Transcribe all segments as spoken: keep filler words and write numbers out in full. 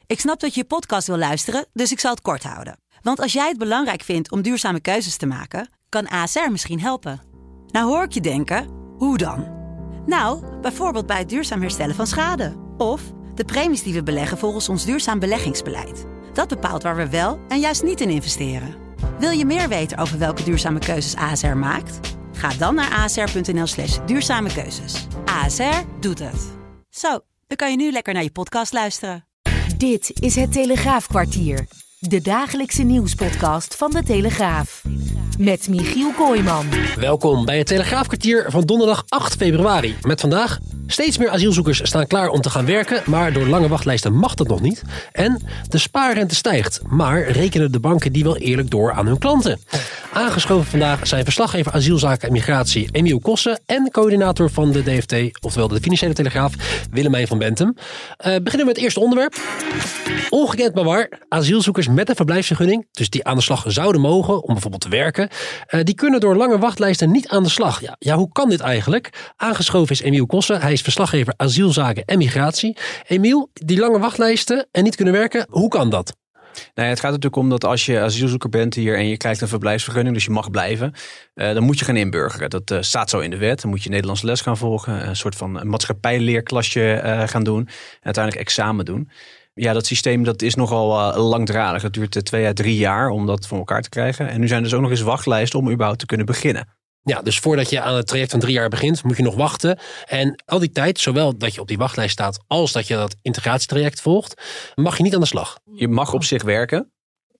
Ik snap dat je je podcast wil luisteren, dus ik zal het kort houden. Want als jij het belangrijk vindt om duurzame keuzes te maken, kan A S R misschien helpen. Nou hoor ik je denken, hoe dan? Nou, bijvoorbeeld bij het duurzaam herstellen van schade. Of de premies die we beleggen volgens ons duurzaam beleggingsbeleid. Dat bepaalt waar we wel en juist niet in investeren. Wil je meer weten over welke duurzame keuzes A S R maakt? Ga dan naar asr.nl slash duurzame keuzes. A S R doet het. Zo, dan kan je nu lekker naar je podcast luisteren. Dit is het Telegraafkwartier. De dagelijkse nieuwspodcast van de Telegraaf. Met Michiel Kooijman. Welkom bij het Telegraafkwartier van donderdag acht februari. Met vandaag: steeds meer asielzoekers staan klaar om te gaan werken, maar door lange wachtlijsten mag dat nog niet. En de spaarrente stijgt, maar rekenen de banken die wel eerlijk door aan hun klanten. Aangeschoven vandaag zijn verslaggever asielzaken en migratie Emiel Kossen en coördinator van de D F T, oftewel de Financiële Telegraaf, Willemijn van Bentum. Uh, beginnen we met het eerste onderwerp. Ongekend maar waar, asielzoekers met een verblijfsvergunning, dus die aan de slag zouden mogen om bijvoorbeeld te werken, uh, die kunnen door lange wachtlijsten niet aan de slag. Ja, ja, hoe kan dit eigenlijk? Aangeschoven is Emiel Kossen, hij is verslaggever asielzaken en migratie. Emiel, die lange wachtlijsten en niet kunnen werken, hoe kan dat? Nou ja, het gaat natuurlijk om dat als je asielzoeker bent hier en je krijgt een verblijfsvergunning, dus je mag blijven, uh, dan moet je gaan inburgeren. Dat uh, staat zo in de wet. Dan moet je Nederlandse les gaan volgen, een soort van maatschappijleerklasje uh, gaan doen en uiteindelijk examen doen. Ja, dat systeem dat is nogal uh, langdradig. Het duurt uh, twee à drie jaar om dat voor elkaar te krijgen. En nu zijn er dus ook nog eens wachtlijsten om überhaupt te kunnen beginnen. Ja, dus voordat je aan het traject van drie jaar begint, moet je nog wachten. En al die tijd, zowel dat je op die wachtlijst staat als dat je dat integratietraject volgt, mag je niet aan de slag. Je mag op zich werken.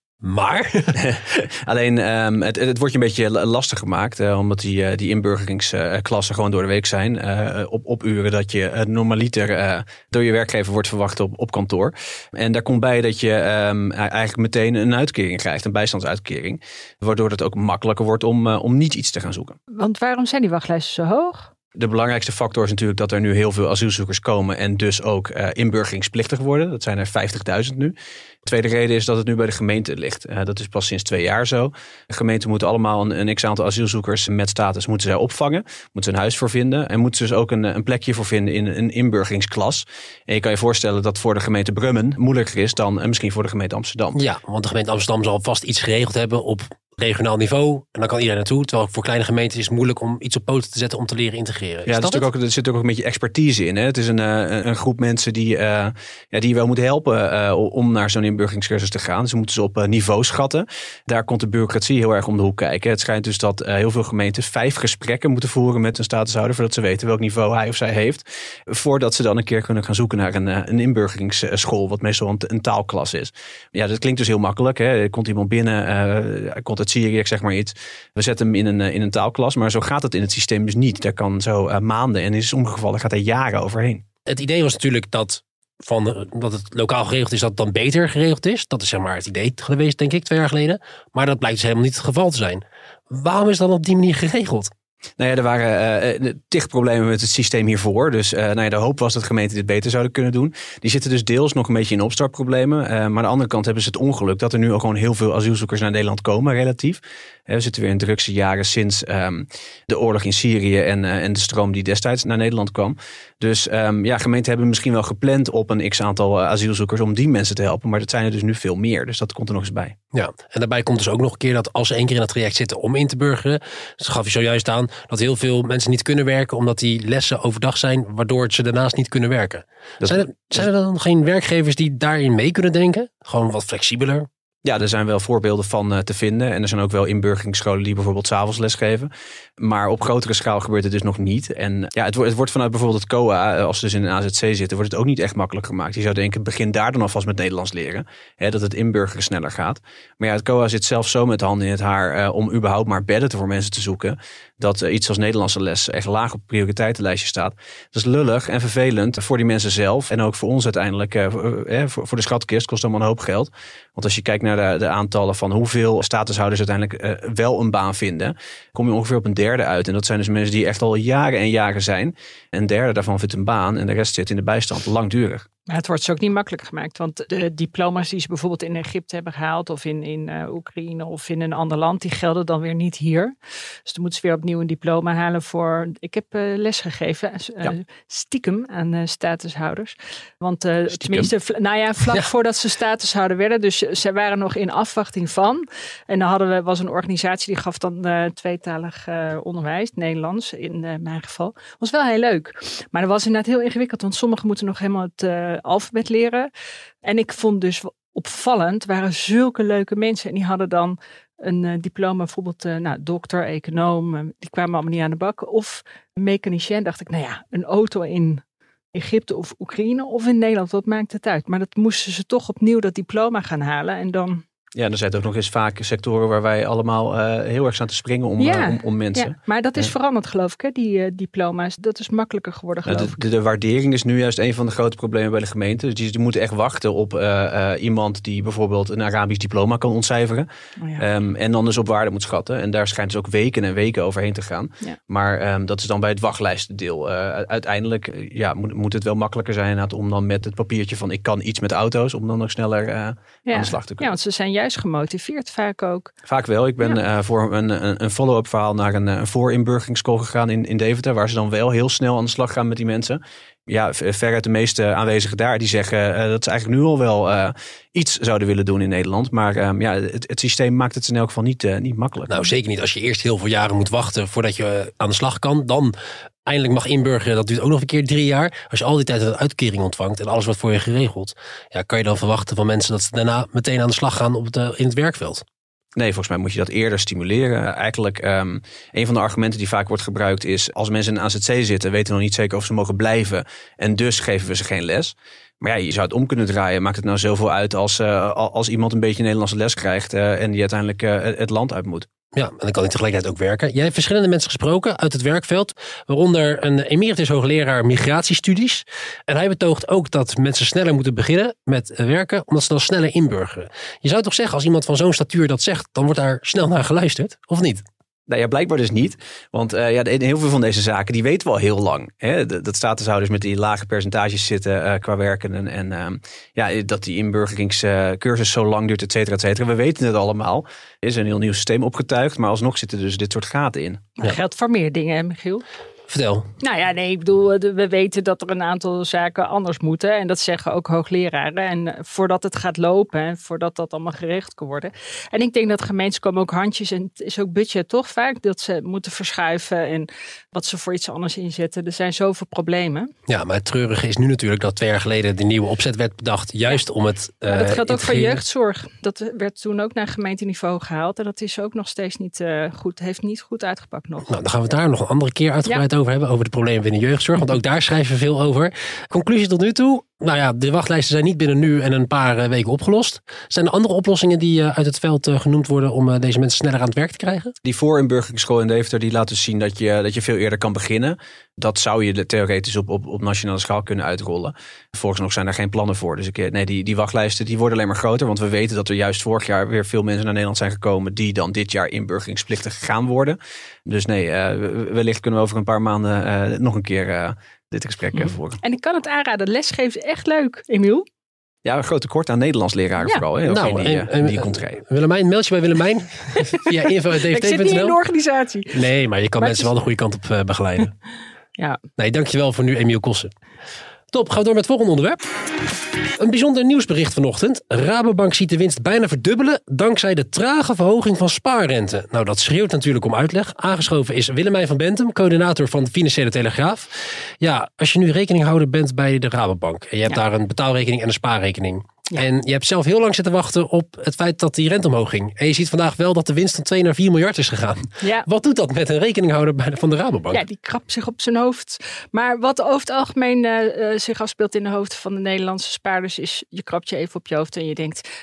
Maar? Alleen um, het, het wordt je een beetje lastig gemaakt. Uh, omdat die, uh, die inburgeringsklassen uh, gewoon door de week zijn. Uh, op, op uren dat je uh, normaliter uh, door je werkgever wordt verwacht op, op kantoor. En daar komt bij dat je um, eigenlijk meteen een uitkering krijgt. Een bijstandsuitkering. Waardoor het ook makkelijker wordt om, uh, om niet iets te gaan zoeken. Want waarom zijn die wachtlijsten zo hoog? De belangrijkste factor is natuurlijk dat er nu heel veel asielzoekers komen en dus ook uh, inburgeringsplichtig worden. Dat zijn er vijftigduizend nu. De tweede reden is dat het nu bij de gemeente ligt. Uh, dat is pas sinds twee jaar zo. De gemeenten moeten allemaal een, een x-aantal asielzoekers met status moeten zij opvangen. Moeten ze een huis voor vinden. En moeten ze dus ook een, een plekje voor vinden in een inburgeringsklas. En je kan je voorstellen dat voor de gemeente Brummen moeilijker is dan uh, misschien voor de gemeente Amsterdam. Ja, want de gemeente Amsterdam zal vast iets geregeld hebben op regionaal niveau. En dan kan iedereen naartoe. Terwijl voor kleine gemeenten is het moeilijk om iets op poten te zetten om te leren integreren. Is ja, dat er, ook, er zit ook een beetje expertise in. Hè? Het is een, uh, een groep mensen die, uh, ja, die je wel moet helpen uh, om naar zo'n inburgeringscursus te gaan. Ze moeten ze op uh, niveau schatten. Daar komt de bureaucratie heel erg om de hoek kijken. Het schijnt dus dat uh, heel veel gemeenten vijf gesprekken moeten voeren met een statushouder, voordat ze weten welk niveau hij of zij heeft. Voordat ze dan een keer kunnen gaan zoeken naar een, uh, een inburgeringsschool, wat meestal een, een taalklas is. Ja, dat klinkt dus heel makkelijk. Hè? Er komt iemand binnen, uh, hij komt uit Syrië, ik zeg maar iets. We zetten hem in een, in een taalklas, maar zo gaat het in het systeem dus niet. Daar kan zo uh, maanden en in sommige gevallen gaat er jaren overheen. Het idee was natuurlijk dat, van, dat het lokaal geregeld is, dat het dan beter geregeld is. Dat is zeg maar het idee geweest, denk ik, twee jaar geleden. Maar dat blijkt dus helemaal niet het geval te zijn. Waarom is dat op die manier geregeld? Nou ja, er waren uh, tig problemen met het systeem hiervoor. Dus uh, nou ja, de hoop was dat gemeenten dit beter zouden kunnen doen. Die zitten dus deels nog een beetje in opstartproblemen. Uh, maar aan de andere kant hebben ze het ongeluk dat er nu ook gewoon heel veel asielzoekers naar Nederland komen, relatief. Uh, we zitten weer in de drukste jaren sinds um, de oorlog in Syrië en, uh, en de stroom die destijds naar Nederland kwam. Dus um, ja, gemeenten hebben misschien wel gepland op een x-aantal uh, asielzoekers om die mensen te helpen. Maar dat zijn er dus nu veel meer. Dus dat komt er nog eens bij. Ja, en daarbij komt dus ook nog een keer dat als ze één keer in het traject zitten om in te burgeren, dat gaf je zojuist aan, dat heel veel mensen niet kunnen werken omdat die lessen overdag zijn, waardoor ze daarnaast niet kunnen werken. Dat, zijn, er, zijn er dan geen werkgevers die daarin mee kunnen denken? Gewoon wat flexibeler? Ja, er zijn wel voorbeelden van uh, te vinden. En er zijn ook wel inburgeringsscholen die bijvoorbeeld 's avonds lesgeven. Maar op grotere schaal gebeurt het dus nog niet. En ja, het, wordt, het wordt vanuit bijvoorbeeld het C O A, als ze dus in een A Z C zitten, wordt het ook niet echt makkelijk gemaakt. Je zou denken, begin daar dan alvast met Nederlands leren. Hè, dat het inburgeren sneller gaat. Maar ja, het C O A zit zelf zo met de handen in het haar uh, om überhaupt maar bedden voor mensen te zoeken. Dat uh, iets als Nederlandse les echt laag op het prioriteitenlijstje staat. Dat is lullig en vervelend voor die mensen zelf. En ook voor ons uiteindelijk. Uh, uh, voor, voor de schatkist kost allemaal een hoop geld. Want als je kijkt naar de, de aantallen van hoeveel statushouders uiteindelijk uh, wel een baan vinden, kom je ongeveer op een derde uit. En dat zijn dus mensen die echt al jaren en jaren zijn. Een derde daarvan vindt een baan en de rest zit in de bijstand langdurig. Maar het wordt ze ook niet makkelijk gemaakt. Want de diploma's die ze bijvoorbeeld in Egypte hebben gehaald. Of in, in uh, Oekraïne of in een ander land. Die gelden dan weer niet hier. Dus dan moeten ze weer opnieuw een diploma halen voor... Ik heb uh, les gegeven. Uh, ja. Stiekem aan uh, statushouders. Want uh, tenminste, nou ja, vlak ja. voordat ze statushouder werden. Dus ze waren nog in afwachting van. En dan hadden we, was een organisatie die gaf dan uh, tweetalig uh, onderwijs. Nederlands in uh, mijn geval. Was wel heel leuk. Maar dat was inderdaad heel ingewikkeld. Want sommigen moeten nog helemaal het... Uh, alfabet leren. En ik vond dus opvallend, waren zulke leuke mensen. En die hadden dan een uh, diploma, bijvoorbeeld uh, nou, dokter, econoom. Uh, die kwamen allemaal niet aan de bak. Of mechanicien, dacht ik, nou ja, een auto in Egypte of Oekraïne of in Nederland, wat maakt het uit? Maar dat moesten ze toch opnieuw dat diploma gaan halen. En dan... Ja, er zijn ook nog eens vaak sectoren waar wij allemaal uh, heel erg staan te springen om, ja, uh, om, om mensen. Ja, maar dat is ja. veranderd, geloof ik, hè, die uh, diploma's. Dat is makkelijker geworden, geloof nou, de, ik. De, de waardering is nu juist een van de grote problemen bij de gemeente. Dus die, die moeten echt wachten op uh, uh, iemand die bijvoorbeeld een Arabisch diploma kan ontcijferen. Oh ja. um, en dan dus op waarde moet schatten. En daar schijnt dus ook weken en weken overheen te gaan. Ja. Maar um, dat is dan bij het wachtlijstendeel. Uh, uiteindelijk uh, ja, moet, moet het wel makkelijker zijn om dan met het papiertje van ik kan iets met auto's, om dan nog sneller uh, ja. aan de slag te kunnen. Ja, want ze zijn juist gemotiveerd. Vaak ook. Vaak wel. Ik ben ja. uh, voor een, een, een follow-up verhaal naar een, een voorinburgeringsschool gegaan in, in Deventer. Waar ze dan wel heel snel aan de slag gaan met die mensen. Ja, veruit de meeste aanwezigen daar die zeggen uh, dat ze eigenlijk nu al wel uh, iets zouden willen doen in Nederland. Maar um, ja, het, het systeem maakt het in elk geval niet, uh, niet makkelijk. Nou, zeker niet als je eerst heel veel jaren moet wachten voordat je aan de slag kan. Dan eindelijk mag inburgeren, dat duurt ook nog een keer drie jaar. Als je al die tijd een uitkering ontvangt en alles wordt voor je geregeld. Ja, kan je dan verwachten van mensen dat ze daarna meteen aan de slag gaan op het, uh, in het werkveld? Nee, volgens mij moet je dat eerder stimuleren. Eigenlijk, um, een van de argumenten die vaak wordt gebruikt is... als mensen in een A Z C zitten, weten we nog niet zeker of ze mogen blijven. En dus geven we ze geen les. Maar ja, je zou het om kunnen draaien. Maakt het nou zoveel uit als, uh, als iemand een beetje Nederlandse les krijgt... Uh, en die uiteindelijk uh, het land uit moet? Ja, en dan kan hij tegelijkertijd ook werken. Jij hebt verschillende mensen gesproken uit het werkveld. Waaronder een emeritus hoogleraar migratiestudies. En hij betoogt ook dat mensen sneller moeten beginnen met werken. Omdat ze dan sneller inburgeren. Je zou toch zeggen, als iemand van zo'n statuur dat zegt, dan wordt daar snel naar geluisterd, of niet? Nou ja, blijkbaar dus niet. Want uh, ja, heel veel van deze zaken, die weten we al heel lang. Hè? Dat statushouders met die lage percentages zitten uh, qua werken. En uh, ja, dat die inburgeringscursus uh, zo lang duurt, et cetera, et cetera. We weten het allemaal. Er is een heel nieuw systeem opgetuigd. Maar alsnog zitten dus dit soort gaten in. Maar ja. geldt voor meer dingen, hè, Michiel? Vertel. Nou ja, nee, ik bedoel, we weten dat er een aantal zaken anders moeten. En dat zeggen ook hoogleraren. En voordat het gaat lopen, en voordat dat allemaal geregeld kan worden. En ik denk dat gemeenten komen ook handjes. En het is ook budget toch vaak dat ze moeten verschuiven. En wat ze voor iets anders inzetten. Er zijn zoveel problemen. Ja, maar het treurige is nu natuurlijk dat twee jaar geleden de nieuwe opzet werd bedacht. Juist om het uh, maar dat geldt ook voor jeugdzorg. Dat werd toen ook naar gemeenteniveau gehaald. En dat is ook nog steeds niet uh, goed. Heeft niet goed uitgepakt nog. Nou, dan gaan we het daar nog een andere keer uitgebreid ja. over hebben. Over de problemen binnen jeugdzorg. Want ook daar schrijven we veel over. Conclusie tot nu toe. Nou ja, de wachtlijsten zijn niet binnen nu en een paar uh, weken opgelost. Zijn er andere oplossingen die uh, uit het veld uh, genoemd worden om uh, deze mensen sneller aan het werk te krijgen? Die voorinburgeringsschool in Deventer die laat dus zien dat je, dat je veel eerder kan beginnen. Dat zou je theoretisch op, op, op nationale schaal kunnen uitrollen. Volgens nog zijn er geen plannen voor. Dus ik, nee, die, die wachtlijsten die worden alleen maar groter. Want we weten dat er juist vorig jaar weer veel mensen naar Nederland zijn gekomen die dan dit jaar inburgeringsplictig gaan worden. Dus nee, uh, wellicht kunnen we over een paar maanden uh, nog een keer uh, dit gesprek uh, voeren. En ik kan het aanraden. Lesgeven is echt leuk, Emiel. Ja, een groot tekort aan Nederlands leraren ja. vooral. Hè, nou, die, en, en, die je komt rijden. Willemijn, mailtje bij Willemijn. Via info at d v t punt n l. Ik zit niet in de organisatie. Nee, maar je kan maar mensen wel de goede kant op uh, begeleiden. Ja. Nee, dankjewel voor nu, Emiel Kossen. Top, gaan we door met het volgende onderwerp. Een bijzonder nieuwsbericht vanochtend. Rabobank ziet de winst bijna verdubbelen dankzij de trage verhoging van spaarrente. Nou, dat schreeuwt natuurlijk om uitleg. Aangeschoven is Willemijn van Bentum, coördinator van de Financiële Telegraaf. Ja, als je nu rekeninghouder bent bij de Rabobank en je hebt ja. daar een betaalrekening en een spaarrekening. Ja. En je hebt zelf heel lang zitten wachten op het feit dat die rente omhoog ging. En je ziet vandaag wel dat de winst van twee naar vier miljard is gegaan. Ja. Wat doet dat met een rekeninghouder van de Rabobank? Ja, die krabt zich op zijn hoofd. Maar wat over het algemeen uh, zich afspeelt in de hoofden van de Nederlandse spaarders is, je krabt je even op je hoofd en je denkt, nou,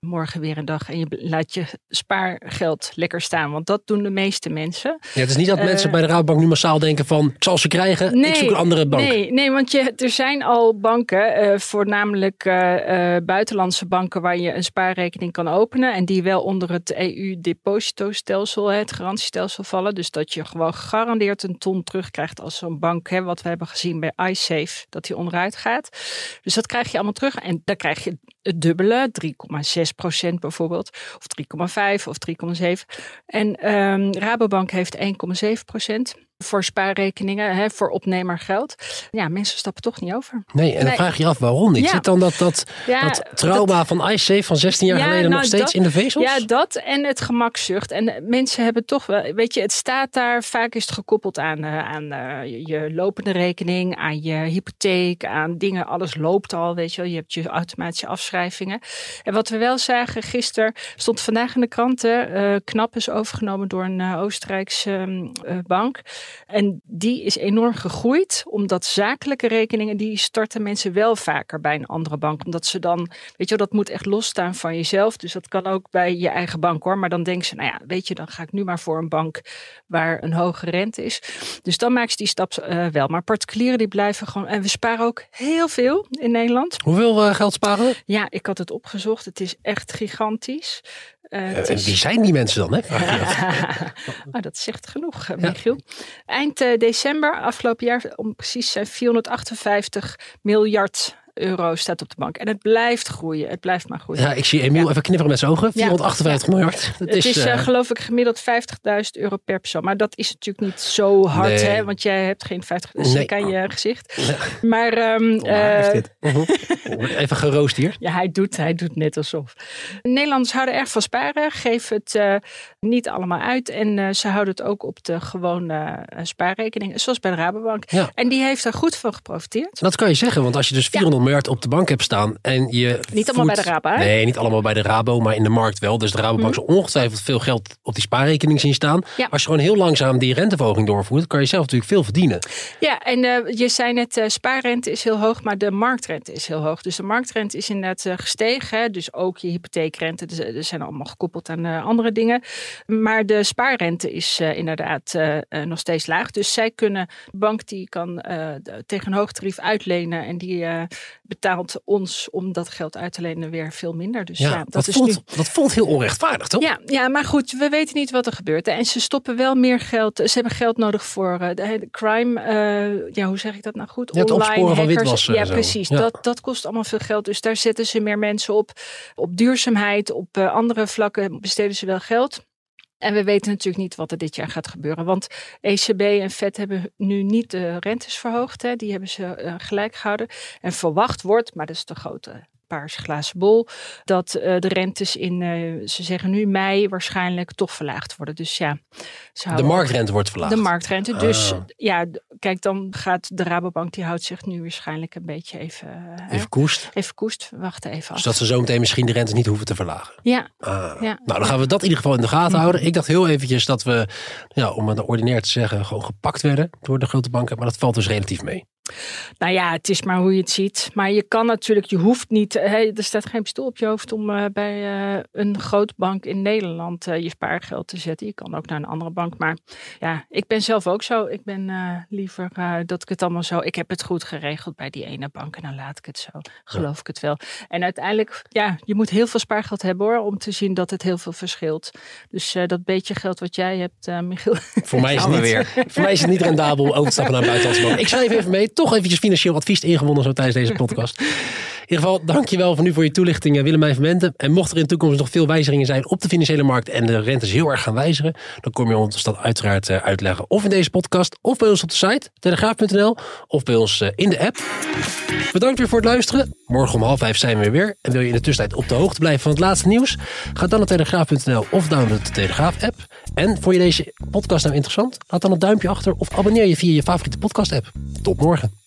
morgen weer een dag en je laat je spaargeld lekker staan. Want dat doen de meeste mensen. Ja, het is niet dat uh, mensen bij de Rabobank nu massaal denken van, ik zal ze krijgen, nee, ik zoek een andere bank. Nee, nee want je, er zijn al banken, uh, voornamelijk uh, uh, buitenlandse banken waar je een spaarrekening kan openen. En die wel onder het E U-depositostelsel, het garantiestelsel vallen. Dus dat je gewoon gegarandeerd een ton terugkrijgt als zo'n bank, hè, wat we hebben gezien bij iSafe, dat die onderuit gaat. Dus dat krijg je allemaal terug. En dan krijg je het dubbele, drie komma zes procent bijvoorbeeld, of drie komma vijf of drie komma zeven. En um, Rabobank heeft één komma zeven procent voor spaarrekeningen, hè, voor opnemergeld. Ja, mensen stappen toch niet over. Nee, en dan nee. vraag je af waarom niet. Ja. Zit dan dat, dat, ja, dat trauma dat, van iSafe van zestien jaar ja, geleden nou, nog steeds dat, in de vezels? Ja, dat en het gemakzucht. En mensen hebben toch wel, weet je, het staat daar, vaak is het gekoppeld aan, uh, aan uh, je lopende rekening, aan je hypotheek, aan dingen, alles loopt al, weet je wel. Je hebt je automatische afschrijvingen. En wat we wel zagen gisteren, stond vandaag in de kranten, uh, Knap is overgenomen door een uh, Oostenrijkse um, uh, bank. En die is enorm gegroeid, omdat zakelijke rekeningen, die starten mensen wel vaker bij een andere bank. Omdat ze dan, weet je wel, dat moet echt losstaan van jezelf. Dus dat kan ook bij je eigen bank hoor. Maar dan denken ze, nou ja, weet je, dan ga ik nu maar voor een bank waar een hoge rente is. Dus dan maken ze die stap uh, wel. Maar particulieren die blijven gewoon, en we sparen ook heel veel in Nederland. Hoeveel uh, geld sparen we? Ja, ik had het opgezocht. Het is echt gigantisch. Uh, uh, en wie zijn die mensen dan? Hè? oh, dat zegt genoeg, uh, Michiel. Ja. Eind uh, december, afgelopen jaar, om precies zijn vierhonderdachtenvijftig miljard euro staat op de bank. En het blijft groeien. Het blijft maar groeien. Ja, ik zie Emiel ja. even knipperen met zijn ogen. vierhonderdachtenvijftig ja. miljard. Dat het is, is uh, uh, geloof ik gemiddeld vijftigduizend euro per persoon. Maar dat is natuurlijk niet zo hard. Nee. Hè? Want jij hebt geen vijftig dus nee. aan je gezicht. Nee. Maar um, uh, dit. even geroost hier. Ja, hij doet, hij doet net alsof. Nederlanders houden erg van sparen. Geven het uh, niet allemaal uit. En uh, ze houden het ook op de gewone uh, spaarrekening. Zoals bij de Rabobank. Ja. En die heeft er goed van geprofiteerd. Dat kan je zeggen. Want als je dus vierhonderd ja. miljard op de bank hebt staan en je niet allemaal voert, bij de Rabo, hè? Nee, niet allemaal bij de Rabo, maar in de markt wel. Dus de Rabobank zal mm. ongetwijfeld veel geld op die spaarrekening zien staan. Ja. Als je gewoon heel langzaam die renteverhoging doorvoert, kan je zelf natuurlijk veel verdienen. Ja, en uh, je zei net, uh, spaarrente is heel hoog, maar de marktrente is heel hoog. Dus de marktrente is inderdaad uh, gestegen. Hè? Dus ook je hypotheekrente, dus, uh, zijn allemaal gekoppeld aan uh, andere dingen. Maar de spaarrente is uh, inderdaad uh, uh, nog steeds laag. Dus zij kunnen, de bank die kan uh, tegen een hoog tarief uitlenen en die uh, betaalt ons om dat geld uit te lenen weer veel minder. Dus ja, ja dat, dat, is voelt, nu... dat voelt heel onrechtvaardig, toch? Ja, ja, maar goed, we weten niet wat er gebeurt. En ze stoppen wel meer geld. Ze hebben geld nodig voor uh, de, de crime. Uh, ja, hoe zeg ik dat nou goed? Ja, het online opsporen hackers. Van witwassen. Ja, precies. Ja. Dat, dat kost allemaal veel geld. Dus daar zetten ze meer mensen op. Op duurzaamheid, op uh, andere vlakken besteden ze wel geld. En we weten natuurlijk niet wat er dit jaar gaat gebeuren. Want E C B en Fed hebben nu niet de rentes verhoogd. Hè. Die hebben ze uh, gelijk gehouden. En verwacht wordt, maar dat is de grote paarse glazen bol, dat uh, de rentes in, uh, ze zeggen nu mei waarschijnlijk toch verlaagd worden. Dus ja. De marktrente wordt verlaagd. De marktrente. Ah. Dus ja, kijk, dan gaat de Rabobank, die houdt zich nu waarschijnlijk een beetje even... Uh, even koest. Even koest. We wachten even af. Dus dat ze zo meteen misschien de rentes niet hoeven te verlagen. Ja. Ah. ja. Nou, dan gaan we dat in ieder geval in de gaten houden. Ik dacht heel eventjes dat we, ja, om het ordinair te zeggen, gewoon gepakt werden door de grote banken. Maar dat valt dus relatief mee. Nou ja, het is maar hoe je het ziet. Maar je kan natuurlijk, je hoeft niet, hey, er staat geen pistool op je hoofd om uh, bij uh, een grote bank in Nederland uh, je spaargeld te zetten. Je kan ook naar een andere bank. Maar ja, ik ben zelf ook zo. Ik ben uh, liever uh, dat ik het allemaal zo, ik heb het goed geregeld bij die ene bank en dan laat ik het zo. Geloof ja. ik het wel. En uiteindelijk, ja, je moet heel veel spaargeld hebben hoor, om te zien dat het heel veel verschilt. Dus uh, dat beetje geld wat jij hebt, uh, Michiel. Voor mij is het niet, weer. Voor mij is het niet rendabel overstappen naar een buitenlandse bank. Ik schrijf even mee. Toch eventjes financieel advies ingewonnen zo tijdens deze podcast. In ieder geval, dankjewel voor nu voor je toelichting, Willemijn van Benten. En mocht er in de toekomst nog veel wijzigingen zijn op de financiële markt en de rentes heel erg gaan wijzigen, dan kom je ons dat uiteraard uitleggen. Of in deze podcast, of bij ons op de site, telegraaf punt n l, of bij ons in de app. Bedankt weer voor het luisteren. Morgen om half vijf zijn we weer. En wil je in de tussentijd op de hoogte blijven van het laatste nieuws? Ga dan naar telegraaf punt n l of download de Telegraaf-app. En vond je deze podcast nou interessant? Laat dan een duimpje achter of abonneer je via je favoriete podcast-app. Tot morgen.